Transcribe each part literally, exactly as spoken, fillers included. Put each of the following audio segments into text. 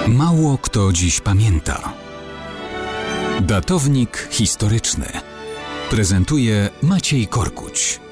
Mało kto dziś pamięta. Datownik historyczny prezentuje Maciej Korkuć.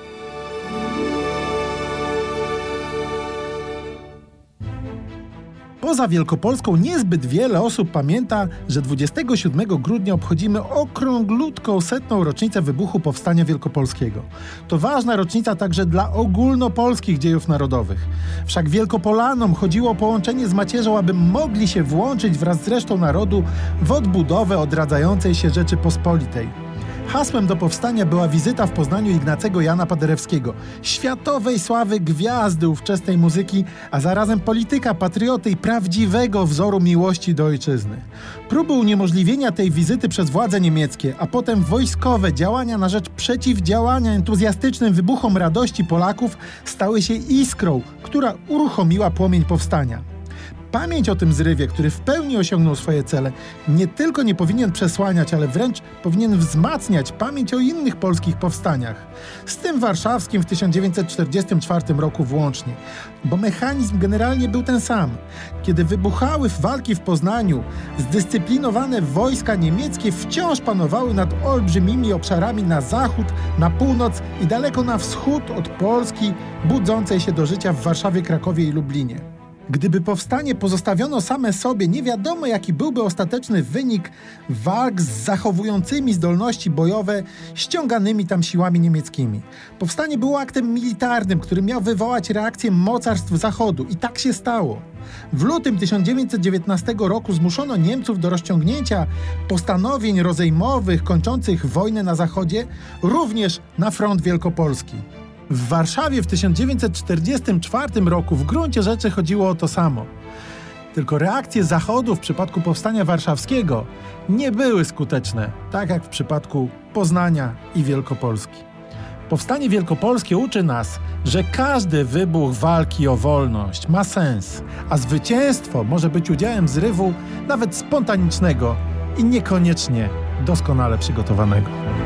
Poza Wielkopolską niezbyt wiele osób pamięta, że dwudziestego siódmego grudnia obchodzimy okrąglutką setną rocznicę wybuchu Powstania Wielkopolskiego. To ważna rocznica także dla ogólnopolskich dziejów narodowych. Wszak Wielkopolanom chodziło o połączenie z macierzą, aby mogli się włączyć wraz z resztą narodu w odbudowę odradzającej się Rzeczypospolitej. Hasłem do powstania była wizyta w Poznaniu Ignacego Jana Paderewskiego, światowej sławy gwiazdy ówczesnej muzyki, a zarazem polityka, patrioty i prawdziwego wzoru miłości do ojczyzny. Próby uniemożliwienia tej wizyty przez władze niemieckie, a potem wojskowe działania na rzecz przeciwdziałania entuzjastycznym wybuchom radości Polaków stały się iskrą, która uruchomiła płomień powstania. Pamięć o tym zrywie, który w pełni osiągnął swoje cele, nie tylko nie powinien przesłaniać, ale wręcz powinien wzmacniać pamięć o innych polskich powstaniach. Z tym warszawskim w tysiąc dziewięćset czterdziestym czwartym roku włącznie, bo mechanizm generalnie był ten sam. Kiedy wybuchały walki w Poznaniu, zdyscyplinowane wojska niemieckie wciąż panowały nad olbrzymimi obszarami na zachód, na północ i daleko na wschód od Polski, budzącej się do życia w Warszawie, Krakowie i Lublinie. Gdyby powstanie pozostawiono same sobie, nie wiadomo jaki byłby ostateczny wynik walk z zachowującymi zdolności bojowe ściąganymi tam siłami niemieckimi. Powstanie było aktem militarnym, który miał wywołać reakcję mocarstw Zachodu i tak się stało. W lutym tysiąc dziewięćset dziewiętnastego roku zmuszono Niemców do rozciągnięcia postanowień rozejmowych kończących wojnę na Zachodzie, również na front wielkopolski. W Warszawie w tysiąc dziewięćset czterdziestym czwartym roku w gruncie rzeczy chodziło o to samo. Tylko reakcje Zachodu w przypadku Powstania Warszawskiego nie były skuteczne, tak jak w przypadku Poznania i Wielkopolski. Powstanie Wielkopolskie uczy nas, że każdy wybuch walki o wolność ma sens, a zwycięstwo może być udziałem zrywu nawet spontanicznego i niekoniecznie doskonale przygotowanego.